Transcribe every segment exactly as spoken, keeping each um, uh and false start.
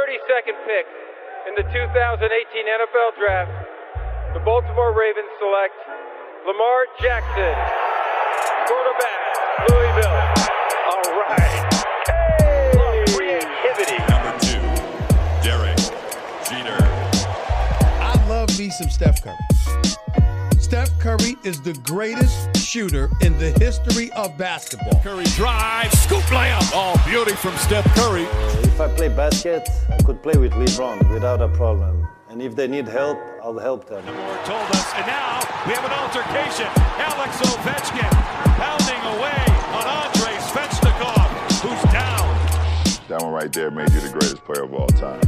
thirty-second pick in the two thousand eighteen N F L Draft, the Baltimore Ravens select Lamar Jackson, quarterback, Louisville. All right. Hey! Creativity. Number two, Derek Jeter. I love me some Steph Curry. Steph Curry is the greatest shooter in the history of basketball. Curry drive, scoop layup. Oh, beauty from Steph Curry. If I play basket, I could play with LeBron without a problem. And if they need help, I'll help them. Moore told us, and now we have an altercation. Alex Ovechkin pounding away on Andrei Svechnikov, who's down. That one right there made you the greatest player of all time.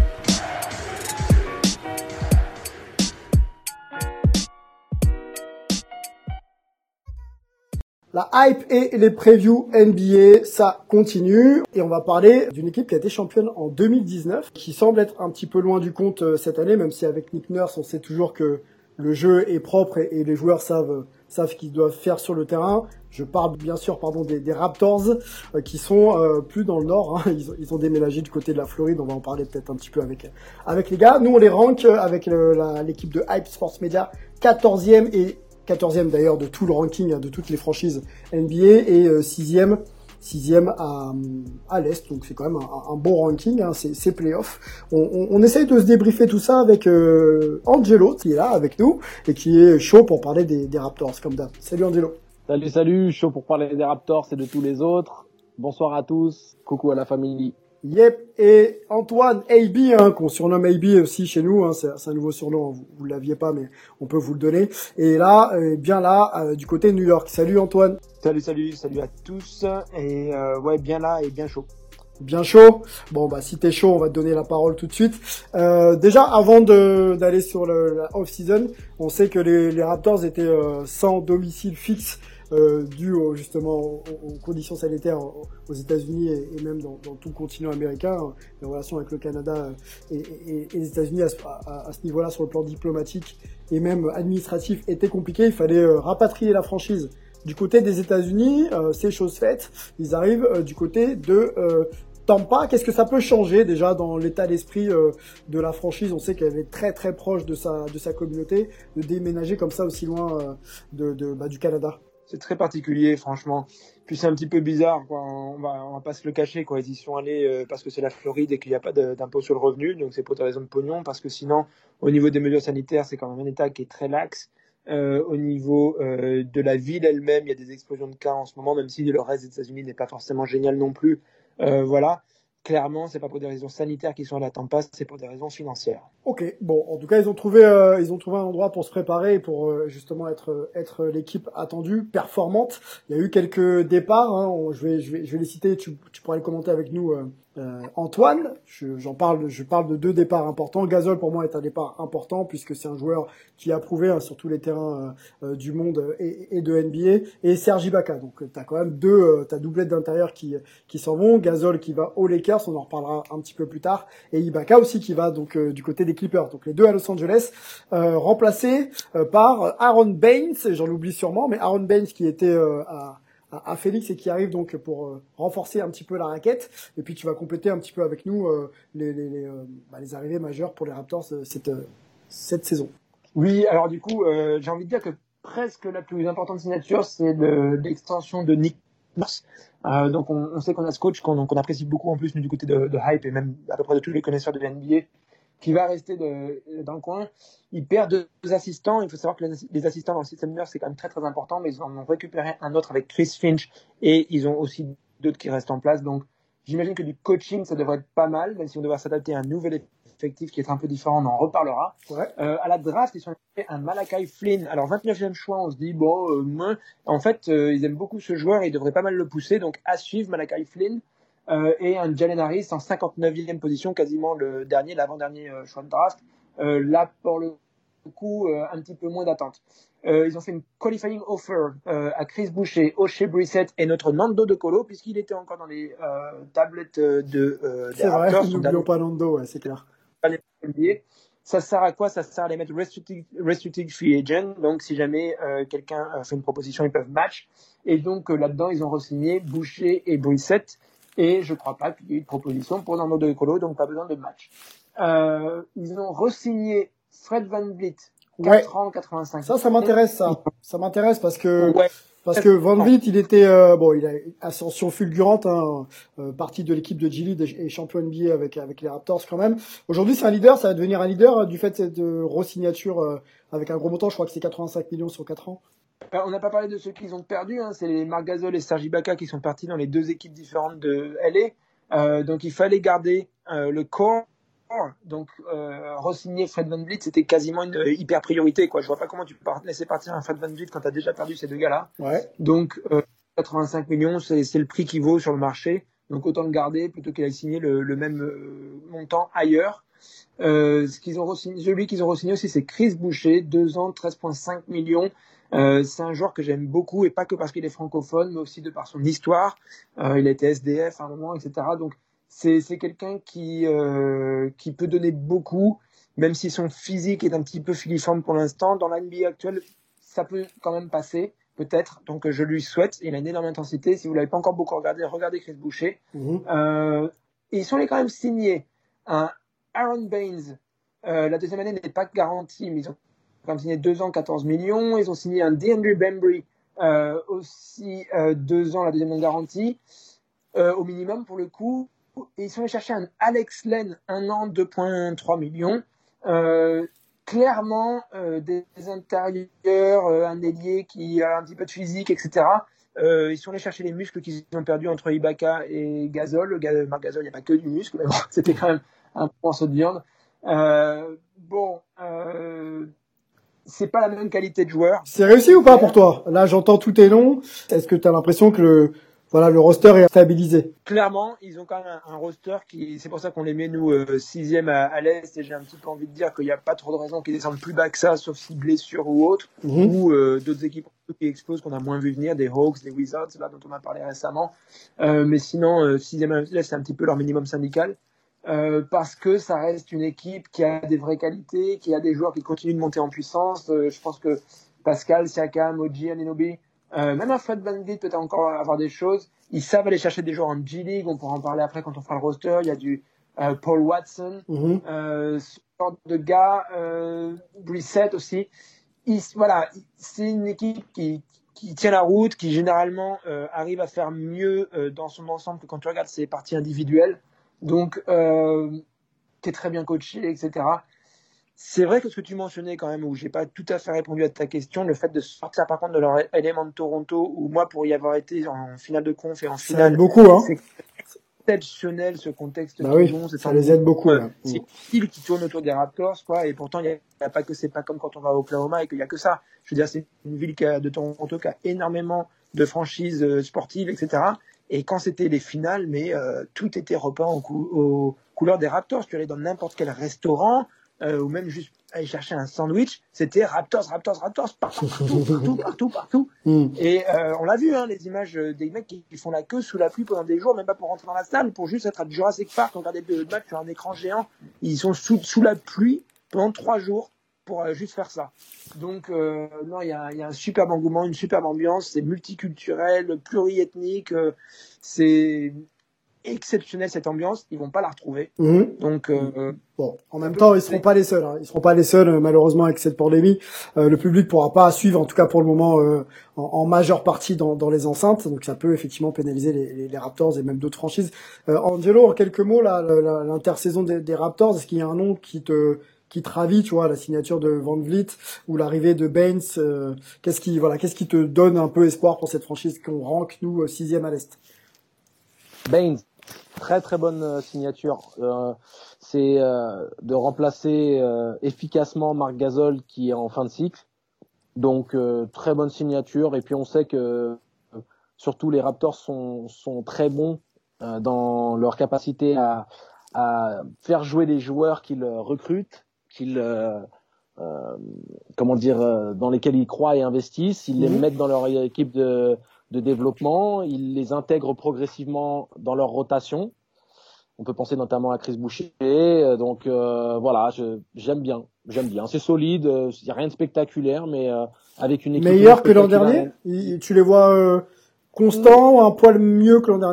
La hype et les previews N B A, ça continue. Et on va parler d'une équipe qui a été championne en deux mille dix-neuf, qui semble être un petit peu loin du compte euh, cette année, même si avec Nick Nurse, on sait toujours que le jeu est propre et, et les joueurs savent savent ce qu'ils doivent faire sur le terrain. Je parle bien sûr pardon des, des Raptors euh, qui sont euh, plus dans le nord. Hein. Ils, ils ont déménagé du côté de la Floride. On va en parler peut-être un petit peu avec avec les gars. Nous, on les rank avec le, la, l'équipe de Hype Sports Media, quatorzième et quatorzième d'ailleurs de tout le ranking hein, de toutes les franchises N B A et euh, sixième sixième à, à l'Est, donc c'est quand même un, un bon ranking, hein, c'est, c'est playoff. On, on, on essaye de se débriefer tout ça avec euh, Angelo qui est là avec nous et qui est chaud pour parler des, des Raptors comme d'hab. Salut Angelo. Salut, salut, chaud pour parler des Raptors et de tous les autres. Bonsoir à tous, coucou à la famille. Yep, et Antoine A B, hein, qu'on surnomme A B aussi chez nous, hein, c'est, c'est un nouveau surnom, vous, vous l'aviez pas, mais on peut vous le donner. Et là, euh, bien là, euh, du côté de New York. Salut Antoine. Salut, salut, salut à tous. Et euh, ouais, bien là et bien chaud. Bien chaud. Bon, bah si t'es chaud, on va te donner la parole tout de suite. Euh, déjà, avant de, d'aller sur le, la off-season, on sait que les, les Raptors étaient euh, sans domicile fixe. Euh, dû au, justement aux, aux conditions sanitaires aux États-Unis et, et même dans, dans tout le continent américain, hein, les relations avec le Canada et, et, et les États-Unis à, à, à ce niveau-là sur le plan diplomatique et même administratif étaient compliquées. Il fallait euh, rapatrier la franchise du côté des États-Unis. Euh, c'est chose faite. Ils arrivent euh, du côté de euh, Tampa. Qu'est-ce que ça peut changer déjà dans l'état d'esprit euh, de la franchise? On sait qu'elle est très très proche de sa de sa communauté, de déménager comme ça aussi loin euh, de, de bah, du Canada. C'est très particulier, franchement. Puis c'est un petit peu bizarre, quoi. On va, on va pas se le cacher, quoi. Ils y sont allés euh, parce que c'est la Floride et qu'il n'y a pas de, d'impôt sur le revenu, donc c'est pour des raisons de pognon, parce que sinon, au niveau des mesures sanitaires, c'est quand même un État qui est très lax. Euh, au niveau euh, de la ville elle-même, il y a des explosions de cas en ce moment, même si le reste des États-Unis n'est pas forcément génial non plus. Euh, voilà. Clairement, c'est pas pour des raisons sanitaires qu'ils sont allés à Tampa, c'est pour des raisons financières. Ok, bon, en tout cas, ils ont trouvé, euh, ils ont trouvé un endroit pour se préparer et pour euh, justement être, être l'équipe attendue, performante. Il y a eu quelques départs, hein, on, je vais, je vais, je vais les citer. Tu, tu pourras les commenter avec nous, euh, euh, Antoine. Je, j'en parle, je parle de deux départs importants. Gasol pour moi est un départ important puisque c'est un joueur qui a prouvé hein, sur tous les terrains euh, du monde et, et de N B A. Et Serge Ibaka, donc t'as quand même deux, euh, t'as doublette d'intérieur qui, qui s'en vont. Gasol qui va aux Lakers, on en reparlera un petit peu plus tard, et Ibaka aussi qui va donc euh, du côté des Clippers. Donc les deux à Los Angeles, euh, remplacés euh, par Aaron Baines, j'en oublie sûrement, mais Aaron Baines qui était euh, à, à, à Phoenix et qui arrive donc pour euh, renforcer un petit peu la raquette. Et puis tu vas compléter un petit peu avec nous euh, les, les, les, euh, bah, les arrivées majeures pour les Raptors euh, cette, euh, cette saison. Oui, alors du coup, euh, j'ai envie de dire que presque la plus importante signature, c'est le, l'extension de Nick Nurse. Euh, donc on, on sait qu'on a ce coach qu'on, qu'on apprécie beaucoup en plus nous, du côté de, de Hype et même à peu près de tous les connaisseurs de la N B A, qui va rester de, dans le coin. Il perd deux assistants. Il faut savoir que les, les assistants dans le système Nurse, c'est quand même très très important, mais ils en ont récupéré un autre avec Chris Finch et ils ont aussi d'autres qui restent en place. Donc j'imagine que du coaching, ça devrait être pas mal, même si on devrait s'adapter à un nouvel effectif qui est un peu différent, on en reparlera. Ouais. Euh, à la draft, ils sont allés un Malachi Flynn. Alors vingt-neuvième choix, on se dit, bon, euh, moins. En fait, euh, ils aiment beaucoup ce joueur et ils devraient pas mal le pousser. Donc à suivre, Malachi Flynn. Euh, et un Jalen Harris en cinquante-neuvième position, quasiment le dernier, l'avant-dernier euh, choix de draft. Euh, là, pour le coup, euh, un petit peu moins d'attente. Euh, ils ont fait une qualifying offer euh, à Chris Boucher, Oshae Brissett et notre Nando De Colo, puisqu'il était encore dans les euh, tablettes de euh, des Raptors. C'est vrai, n'oublions pas Nando, ouais, c'est clair. Ça sert à quoi? Ça sert à les mettre restricted, restricted free agent. Donc, si jamais euh, quelqu'un euh, fait une proposition, ils peuvent match. Et donc, euh, là-dedans, ils ont re-signé Boucher et Brissett. Et je crois pas qu'il y ait eu de proposition pour Nando De Colo, donc pas besoin de match. Euh, ils ont re-signé Fred VanVleet, quatre Ouais. ans, quatre-vingt-cinq. Ça, ça m'intéresse, ça. Ça m'intéresse parce que, Ouais. parce que Van Vliet, il était, euh, bon, il a une ascension fulgurante, hein, euh, partie de l'équipe de G-League et champion N B A avec, avec les Raptors quand même. Aujourd'hui, c'est un leader, ça va devenir un leader euh, du fait de cette euh, re-signature euh, avec un gros montant, je crois que c'est quatre-vingt-cinq millions sur quatre ans. Alors, on n'a pas parlé de ceux qu'ils ont perdus, hein. C'est les Marc Gasol et Serge Ibaka qui sont partis dans les deux équipes différentes de L A. Euh, donc il fallait garder euh, le corps. Donc euh, re-signer Fred VanVleet, c'était quasiment une euh, hyper priorité, quoi. Je vois pas comment tu peux laisser partir un Fred VanVleet quand tu as déjà perdu ces deux gars-là. Ouais. Donc euh, quatre-vingt-cinq millions, c'est, c'est le prix qui vaut sur le marché. Donc autant le garder plutôt qu'il aille signer le, le même euh, montant ailleurs. Euh, ce qu'ils ont re-signé, celui qu'ils ont re-signé aussi, c'est Chris Boucher, deux ans, treize virgule cinq millions. Euh, c'est un joueur que j'aime beaucoup, et pas que parce qu'il est francophone, mais aussi de par son histoire. Euh, il a été S D F à un moment, et cetera. Donc c'est, c'est quelqu'un qui euh, qui peut donner beaucoup, même si son physique est un petit peu filiforme pour l'instant. Dans la N B A actuelle, ça peut quand même passer, peut-être. Donc je lui souhaite. Il a une énorme intensité. Si vous l'avez pas encore beaucoup regardé, regardez Chris Boucher. Mm-hmm. Euh, et ils sont allés quand même signer un Aaron Baines. Euh, la deuxième année n'est pas garantie, mais ils ont quand même signé deux ans, quatorze millions. Ils ont signé un DeAndre Bembry, euh, aussi euh, deux ans, la deuxième année garantie, euh, au minimum pour le coup. Et ils sont allés chercher un Alex Len, un an, deux virgule trois millions. Euh, clairement, euh, des, des intérieurs, euh, un ailier qui a un petit peu de physique, et cetera. Euh, ils sont allés chercher les muscles qu'ils ont perdus entre Ibaka et Gasol. Le Marc Gasol, il n'y a pas que du muscle, mais bon, c'était quand même un morceau de viande. Euh, bon, euh, c'est pas la même qualité de joueur. C'est réussi ou pas pour toi? Là, j'entends tout est long. Est-ce que tu as l'impression que le, voilà, le roster est stabilisé? Clairement, ils ont quand même un, un roster qui, c'est pour ça qu'on les met nous euh, sixième à, à l'est, et j'ai un petit peu envie de dire qu'il n'y a pas trop de raisons qu'ils descendent plus bas que ça, sauf si blessure ou autre, Mm-hmm. ou euh, d'autres équipes qui explosent qu'on a moins vu venir, des Hawks, des Wizards, là dont on a parlé récemment. Euh, mais sinon, euh, sixième à l'est, c'est un petit peu leur minimum syndical. Euh, parce que ça reste une équipe qui a des vraies qualités, qui a des joueurs qui continuent de monter en puissance. Euh, je pense que Pascal, Siakam, O G, Anunoby, euh, même un Fred VanVleet peut encore avoir des choses. Ils savent aller chercher des joueurs en G-League, on pourra en parler après quand on fera le roster. Il y a du euh, Paul Watson, Mm-hmm. euh, ce genre de gars, euh, Brissett aussi. Ils, voilà, c'est une équipe qui, qui tient la route, qui généralement euh, arrive à faire mieux euh, dans son ensemble que quand tu regardes ses parties individuelles. Donc, euh, qui est très bien coaché, et cetera. C'est vrai que ce que tu mentionnais quand même, où j'ai pas tout à fait répondu à ta question, le fait de sortir par contre de leur élément de Toronto, où moi pour y avoir été en finale de conf et en Ça finale, aide beaucoup, hein. c'est exceptionnel ce contexte. Bah oui, bon, c'est ça les aide beaucoup, euh, là. C'est une île qui tourne autour des Raptors, quoi, et pourtant il y, y a pas que c'est pas comme quand on va à Oklahoma et qu'il y a que ça. Je veux dire, c'est une ville qui a, de Toronto qui a énormément de franchises euh, sportives, et cetera. Et quand c'était les finales, mais euh, tout était repeint aux, cou- aux couleurs des Raptors. Tu allais dans n'importe quel restaurant, euh, ou même juste aller chercher un sandwich, c'était Raptors, Raptors, Raptors, partout, partout, partout, partout. Mm. Et euh, on l'a vu, hein, les images des mecs qui, qui font la queue sous la pluie pendant des jours, même pas pour rentrer dans la salle, pour juste être à Jurassic Park, regarder le match sur un écran géant. Ils sont sous, sous la pluie pendant trois jours pour euh, juste faire ça. Donc, euh, non, il y a, y a un superbe engouement, une superbe ambiance, c'est multiculturel, pluriethnique, euh, c'est exceptionnel cette ambiance, ils vont pas la retrouver. Mm-hmm. Donc, euh, Bon, en même temps, ils seront pas les seuls. Hein. Ils seront pas les seuls, euh, malheureusement, avec cette pandémie. Euh, le public pourra pas suivre, en tout cas pour le moment, euh, en, en majeure partie dans, dans les enceintes. Donc, ça peut effectivement pénaliser les, les, les Raptors et même d'autres franchises. Euh, Angelo, en quelques mots, là, la, la, l'intersaison des, des Raptors, est-ce qu'il y a un nom qui te qui te ravit, tu vois, la signature de Van Vliet ou l'arrivée de Baines, euh, qu'est-ce qui, voilà, qu'est-ce qui te donne un peu espoir pour cette franchise qu'on rank nous sixième à l'est? Baines, très très bonne euh, signature. Euh, c'est euh, de remplacer euh, efficacement Marc Gasol qui est en fin de cycle. Donc euh, très bonne signature. Et puis on sait que euh, surtout les Raptors sont sont très bons euh, dans leur capacité à à faire jouer les joueurs qu'ils recrutent, qu'ils euh, euh, comment dire euh, dans lesquels ils croient et investissent. Ils les mettent dans leur équipe de de développement, ils les intègrent progressivement dans leur rotation. On peut penser notamment à Chris Boucher. Donc euh, voilà, je, j'aime bien, j'aime bien. C'est solide, il n'y a rien de spectaculaire, mais euh, avec une équipe meilleur que l'an dernier. Il, tu les vois euh, constants ou un poil mieux que l'an dernier?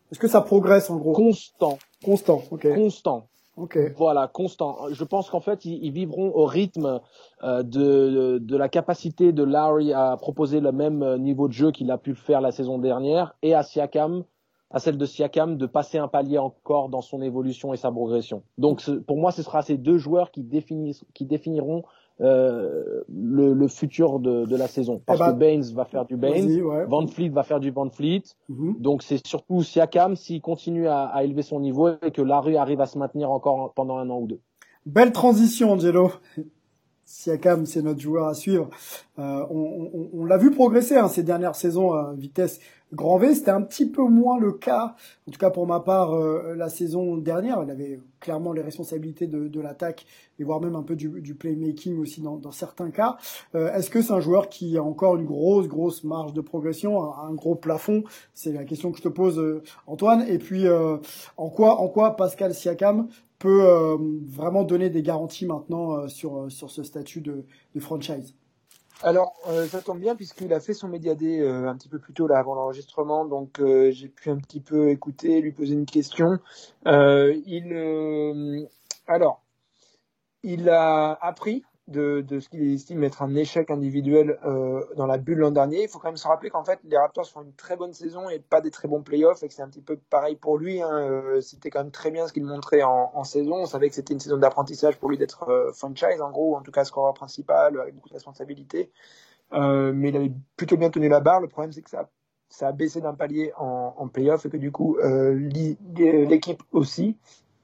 Est-ce que ça progresse en gros? Constant. Constant, ok. Constant. Ok. Voilà, constant. Je pense qu'en fait, ils, ils vivront au rythme euh, de, de la capacité de Lowry à proposer le même niveau de jeu qu'il a pu le faire la saison dernière, et à Siakam, à celle de Siakam, de passer un palier encore dans son évolution et sa progression. Donc, pour moi, ce sera ces deux joueurs qui, définissent, qui définiront euh, le, le futur de, de la saison. Parce eh ben, que Baines va faire du Baines, ouais. Van Fleet va faire du Van Fleet. Mm-hmm. Donc, c'est surtout Siakam s'il continue à, à élever son niveau et que Lowry arrive à se maintenir encore pendant un an ou deux. Belle transition, Angelo. Siakam, c'est notre joueur à suivre. Euh, on, on, on l'a vu progresser hein, ces dernières saisons à vitesse grand V. C'était un petit peu moins le cas, en tout cas pour ma part, euh, la saison dernière. Il avait clairement les responsabilités de, de l'attaque et voire même un peu du, du playmaking aussi dans, dans certains cas. Euh, est-ce que c'est un joueur qui a encore une grosse, grosse marge de progression, un, un gros plafond? C'est la question que je te pose, euh, Antoine. Et puis, euh, en quoi, en quoi Pascal Siakam peut euh, vraiment donner des garanties maintenant euh, sur euh, sur ce statut de, de franchise? Alors, euh, ça tombe bien puisqu'il a fait son Media Day euh, un petit peu plus tôt là avant l'enregistrement, donc euh, j'ai pu un petit peu écouter, lui poser une question. Euh, il, euh, alors, il a appris de, de ce qu'il estime être un échec individuel euh, dans la bulle l'an dernier. Il faut quand même se rappeler qu'en fait, les Raptors font une très bonne saison et pas des très bons playoffs, et que c'est un petit peu pareil pour lui. Hein. Euh, c'était quand même très bien ce qu'il montrait en, en saison. On savait que c'était une saison d'apprentissage pour lui d'être euh, franchise, en gros, en tout cas scoreur principal, avec beaucoup de responsabilités. Euh, mais il avait plutôt bien tenu la barre. Le problème, c'est que ça, ça a baissé d'un palier en, en playoff et que du coup, euh, l'équipe aussi.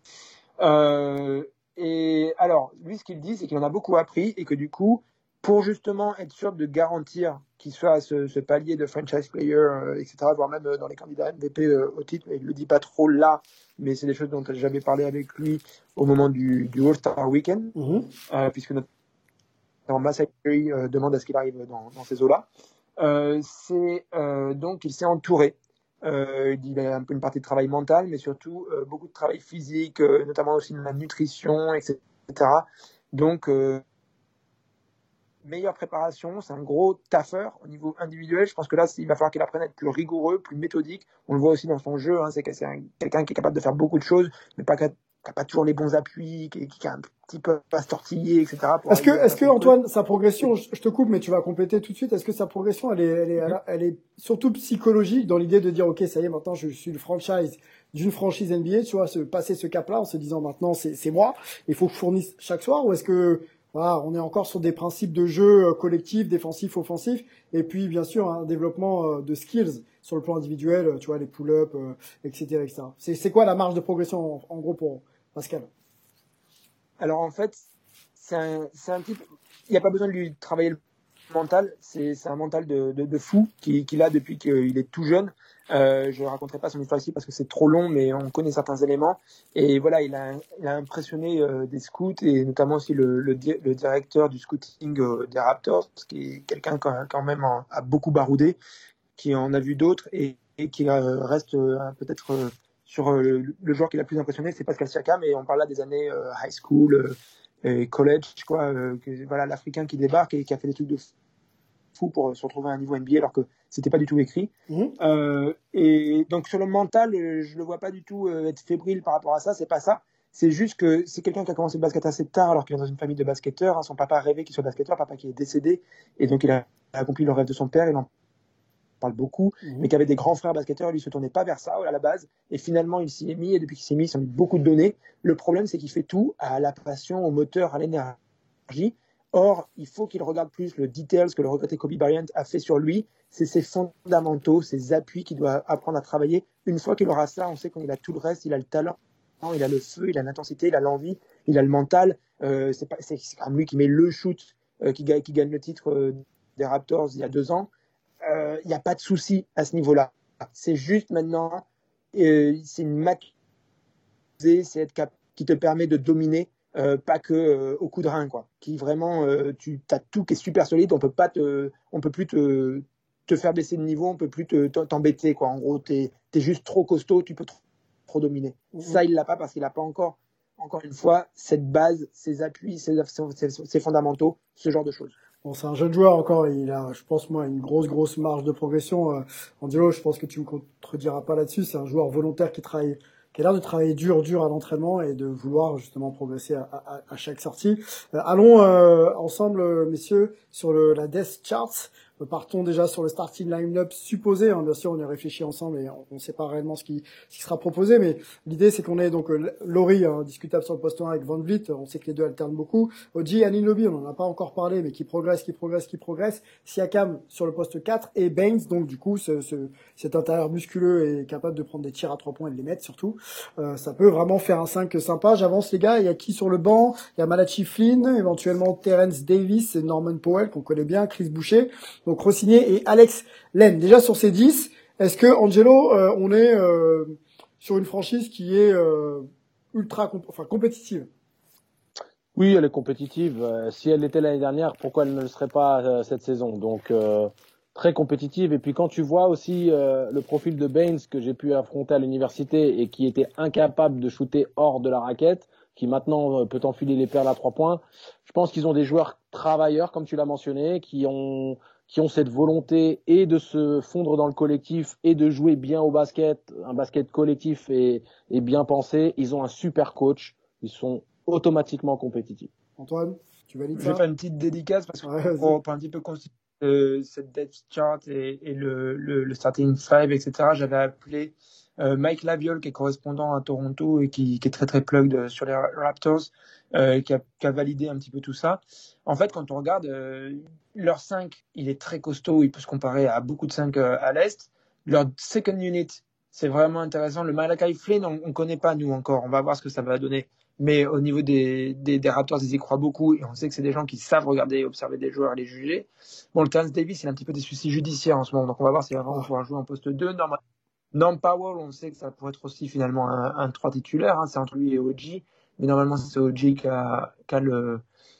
Euh, Et alors, lui, ce qu'il dit, c'est qu'il en a beaucoup appris et que du coup, pour justement être sûr de garantir qu'il soit à ce, ce palier de franchise player, euh, et cetera, voire même euh, dans les candidats M V P euh, au titre, il ne le dit pas trop là, mais c'est des choses dont j'avais parlé avec lui au moment du, du All-Star Weekend, mm-hmm. euh, puisque notre Masai Ujiri euh, demande à ce qu'il arrive dans, dans ces eaux-là. Euh, c'est euh, donc il s'est entouré. Euh, il a un peu une partie de travail mental, mais surtout euh, beaucoup de travail physique, euh, notamment aussi de la nutrition, et cetera. Donc, euh, meilleure préparation, c'est un gros taffeur au niveau individuel. Je pense que là, il va falloir qu'il apprenne à être plus rigoureux, plus méthodique. On le voit aussi dans son jeu, hein, c'est que c'est un, quelqu'un qui est capable de faire beaucoup de choses, mais pas qui n'a pas toujours les bons appuis, qui, qui a un petit peu à se tortiller, et cetera. Est-ce que, est-ce que Antoine, sa progression, je, je te coupe, mais tu vas compléter tout de suite. Est-ce que sa progression, elle est, elle est, elle, elle est surtout psychologique dans l'idée de dire, ok, ça y est, maintenant je suis le franchise d'une franchise N B A, tu vois, se passer ce cap-là en se disant maintenant c'est, c'est moi, il faut que je fournisse chaque soir, ou est-ce que voilà, on est encore sur des principes de jeu collectif, défensif, offensif, et puis bien sûr un développement de skills sur le plan individuel, tu vois, les pull-ups, euh, et cetera, et cetera. C'est, c'est quoi la marge de progression en, en gros pour Pascal? Alors en fait, c'est un, c'est un type, il n'y a pas besoin de lui travailler le mental, c'est, c'est un mental de, de, de fou qu'il, qu'il a depuis qu'il est tout jeune. Euh, je ne raconterai pas son histoire ici parce que c'est trop long, mais on connaît certains éléments. Et voilà, il a, il a impressionné euh, des scouts et notamment aussi le, le, le directeur du scouting euh, des Raptors, qui est quelqu'un qui quand même en, a beaucoup baroudé, qui en a vu d'autres et, et qui euh, reste euh, peut-être euh, sur euh, le, le joueur qui l'a plus impressionné, c'est Pascal Siakam. Et on parle là des années euh, high school euh, et college, quoi. Euh, que, voilà, l'Africain qui débarque et qui a fait des trucs de fou pour se retrouver à un niveau N B A alors que c'était pas du tout écrit. Mmh. Euh, et donc sur le mental, je le vois pas du tout euh, être fébrile par rapport à ça. C'est pas ça. C'est juste que c'est quelqu'un qui a commencé le basket assez tard alors qu'il est dans une famille de basketteurs. Hein. Son papa rêvait qu'il soit basketteur, papa qui est décédé et donc il a accompli le rêve de son père. Il en parle beaucoup, mmh. mais qui avait des grands frères basketteurs. Lui se tournait pas vers ça à la base et finalement il s'y est mis et depuis qu'il s'y est mis, il s'en a mis beaucoup de données. Le problème c'est qu'il fait tout à la passion, au moteur, à l'énergie. Or, il faut qu'il regarde plus le details que le regretté Kobe Bryant a fait sur lui. C'est ses fondamentaux, ses appuis qu'il doit apprendre à travailler. Une fois qu'il aura ça, on sait qu'il a tout le reste. Il a le talent, il a le feu, il a l'intensité, il a l'envie, il a le mental. Euh, c'est, pas, c'est, c'est quand même lui qui met le shoot, euh, qui, gagne, qui gagne le titre euh, des Raptors il y a deux ans. Il euh, n'y a pas de souci à ce niveau-là. C'est juste maintenant, euh, c'est une maturité, c'est être capable qui te permet de dominer. Euh, pas que euh, au coup de rein, quoi. Qui vraiment, euh, tu as tout qui est super solide. On peut pas te, on peut plus te, te faire baisser de niveau. On peut plus te, t'embêter, quoi. En gros, t'es, t'es juste trop costaud. Tu peux trop, trop dominer. Mmh. Ça, il l'a pas parce qu'il a pas encore, encore une fois, cette base, ses appuis, ses, ses, ses fondamentaux, ce genre de choses. Bon, c'est un jeune joueur encore, il a, je pense, moi, une grosse, grosse marge de progression. Euh, Angelo, je pense que tu me contrediras pas là-dessus. C'est un joueur volontaire qui travaille, qui a l'air de travailler dur, dur à l'entraînement et de vouloir justement progresser à, à, à chaque sortie. Euh, allons euh, ensemble, messieurs, sur le, la Death Chart. Partons déjà sur le starting line-up supposé. Hein, bien sûr, on y réfléchit ensemble et on ne sait pas réellement ce qui, ce qui sera proposé. Mais l'idée, c'est qu'on ait donc euh, Laurie, hein, discutable sur le poste un avec Van Vliet. On sait que les deux alternent beaucoup. Oji, Anunoby, on n'en a pas encore parlé, mais qui progresse, qui progresse, qui progresse. Siakam sur le poste quatre et Baines. Donc du coup, ce, ce, cet intérieur musculeux est capable de prendre des tirs à trois points et de les mettre surtout. Euh, ça peut vraiment faire un cinq sympa. J'avance les gars. Il y a qui sur le banc? Il y a Malachi Flynn, éventuellement Terrence Davis et Norman Powell qu'on connaît bien, Chris Boucher. Donc Rossinier et Alex Len. Déjà sur ces dix, est-ce que Angelo, euh, on est euh, sur une franchise qui est euh, ultra, comp- enfin compétitive? Oui, elle est compétitive. Euh, si elle l'était l'année dernière, pourquoi elle ne le serait pas euh, cette saison? Donc euh, très compétitive. Et puis quand tu vois aussi euh, le profil de Baines que j'ai pu affronter à l'université et qui était incapable de shooter hors de la raquette, qui maintenant euh, peut enfiler les perles à trois points, je pense qu'ils ont des joueurs travailleurs, comme tu l'as mentionné, qui ont qui ont cette volonté et de se fondre dans le collectif et de jouer bien au basket, un basket collectif et, et bien pensé. Ils ont un super coach. Ils sont automatiquement compétitifs. Antoine, tu valides ça? Je vais faire une petite dédicace parce que ouais, pour, pour un petit peu constituer euh, cette depth chart et, et le, le, le starting five, et cetera, j'avais appelé euh, Mike Laviol, qui est correspondant à Toronto et qui, qui est très très plugged sur les Raptors, euh, qui, a, qui a validé un petit peu tout ça. En fait, quand on regarde euh, leur cinq, il est très costaud, il peut se comparer à beaucoup de cinq euh, à l'Est. Leur second unit, c'est vraiment intéressant. Le Malachi Flynn, on ne connaît pas nous encore, on va voir ce que ça va donner. Mais au niveau des, des, des Raptors, ils y croient beaucoup et on sait que c'est des gens qui savent regarder, observer des joueurs et les juger. Bon, le Terrence Davis, il a un petit peu des soucis judiciaires en ce moment, donc on va voir s'il va vraiment pouvoir jouer en poste deux. Norm, Norm Powell, on sait que ça pourrait être aussi finalement un, un trois titulaire, hein, c'est entre lui et O G, mais normalement c'est O G qui a, qui a le,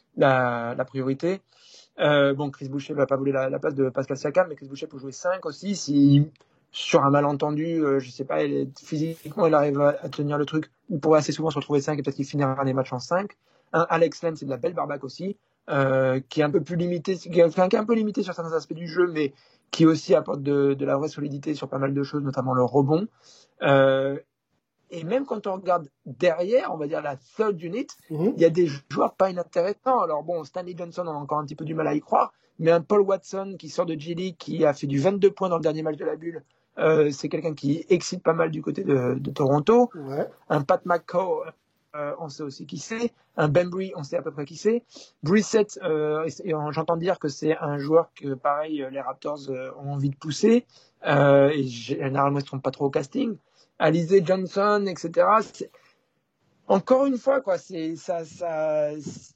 la, la priorité. Euh, bon, Chris Boucher ne va pas voler la, la place de Pascal Siakam, mais Chris Boucher peut jouer cinq aussi si... Sur un malentendu, euh, je sais pas, elle est, physiquement, il arrive à, à tenir le truc. Il pourrait assez souvent se retrouver cinq et peut-être qu'il finira les matchs en cinq. Un Alex Len, c'est de la belle barbaque aussi, euh, qui est un peu plus limité, qui est, qui est un peu limité sur certains aspects du jeu, mais qui aussi apporte de, de la vraie solidité sur pas mal de choses, notamment le rebond. Euh, et même quand on regarde derrière, on va dire la third unit, mm-hmm. il y a des joueurs pas inintéressants. Alors bon, Stanley Johnson, on a encore un petit peu du mal à y croire, mais un Paul Watson qui sort de G League, qui a fait du vingt-deux points dans le dernier match de la bulle, Euh, c'est quelqu'un qui excite pas mal du côté de, de Toronto. Ouais. Un Pat McCaw, euh, on sait aussi qui c'est. Un Bembry, on sait à peu près qui c'est. Brissett, euh, et, et j'entends dire que c'est un joueur que, pareil, les Raptors euh, ont envie de pousser. Euh, et généralement, ils ne se trompent pas trop au casting. Alizé Johnson, et cetera. C'est... Encore une fois, quoi, c'est ça, ça.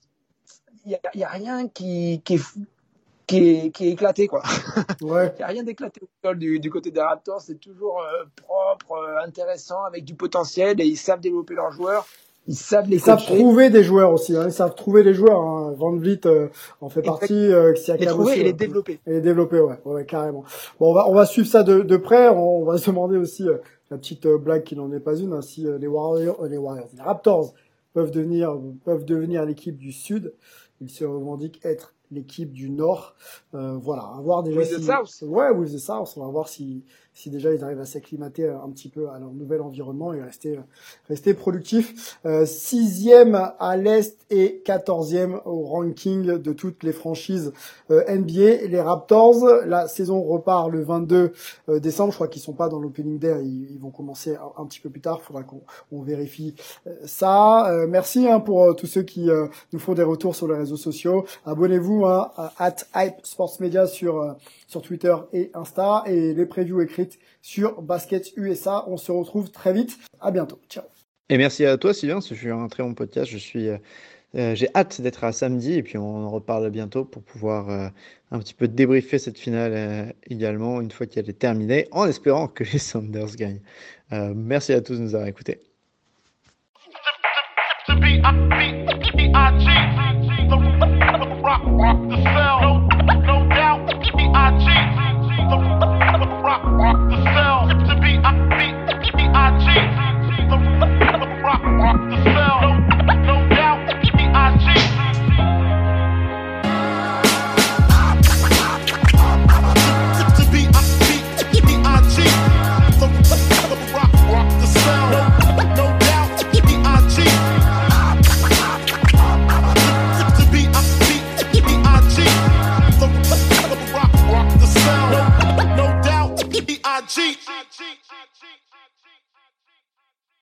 Il y a, y a rien qui, qui est fou. Qui est, qui est éclaté, quoi. Ouais. Il n'y a rien d'éclaté au sol du, du côté des Raptors. C'est toujours euh, propre, euh, intéressant, avec du potentiel, et ils savent développer leurs joueurs. Ils savent les Ils savent coacher. trouver des joueurs aussi. Hein. Ils savent trouver des joueurs. Hein. Van Vliet euh, en fait partie. Euh, les trouver aussi, et les développer. Et les développer, ouais, ouais, carrément. Bon, on va, on va suivre ça de, de près. On, on va se demander aussi euh, la petite euh, blague qui n'en est pas une. Hein, si euh, les Warriors, euh, les Warriors, les Raptors peuvent devenir, peuvent devenir l'équipe du Sud, ils se revendiquent être l'équipe du Nord. Euh, voilà, à voir déjà with si... the South. Ouais, with the South. On va voir si, si déjà ils arrivent à s'acclimater un petit peu à leur nouvel environnement et rester, rester productifs. Euh, sixième à l'Est et quatorzième au ranking de toutes les franchises euh, N B A. Les Raptors, la saison repart le vingt-deux décembre. Je crois qu'ils sont pas dans l'opening day. Ils, ils vont commencer un, un petit peu plus tard. Il faudra qu'on on vérifie euh, ça. Euh, merci hein, pour euh, tous ceux qui euh, nous font des retours sur les réseaux sociaux. Abonnez-vous hein, à Hype Sports Media sur euh, sur Twitter et Insta, et les previews écrites sur Basket U S A. On se retrouve très vite. À bientôt. Ciao. Et merci à toi, Sylvain. Ce fut un très bon podcast. Je suis, euh, j'ai hâte d'être à samedi, et puis on en reparle bientôt pour pouvoir euh, un petit peu débriefer cette finale euh, également une fois qu'elle est terminée, en espérant que les Sounders gagnent. Euh, merci à tous de nous avoir écoutés. The cell, no, no doubt, B I G, the rock, the cell, to be B I G, the rock, the cell, no, no doubt, B I G. G.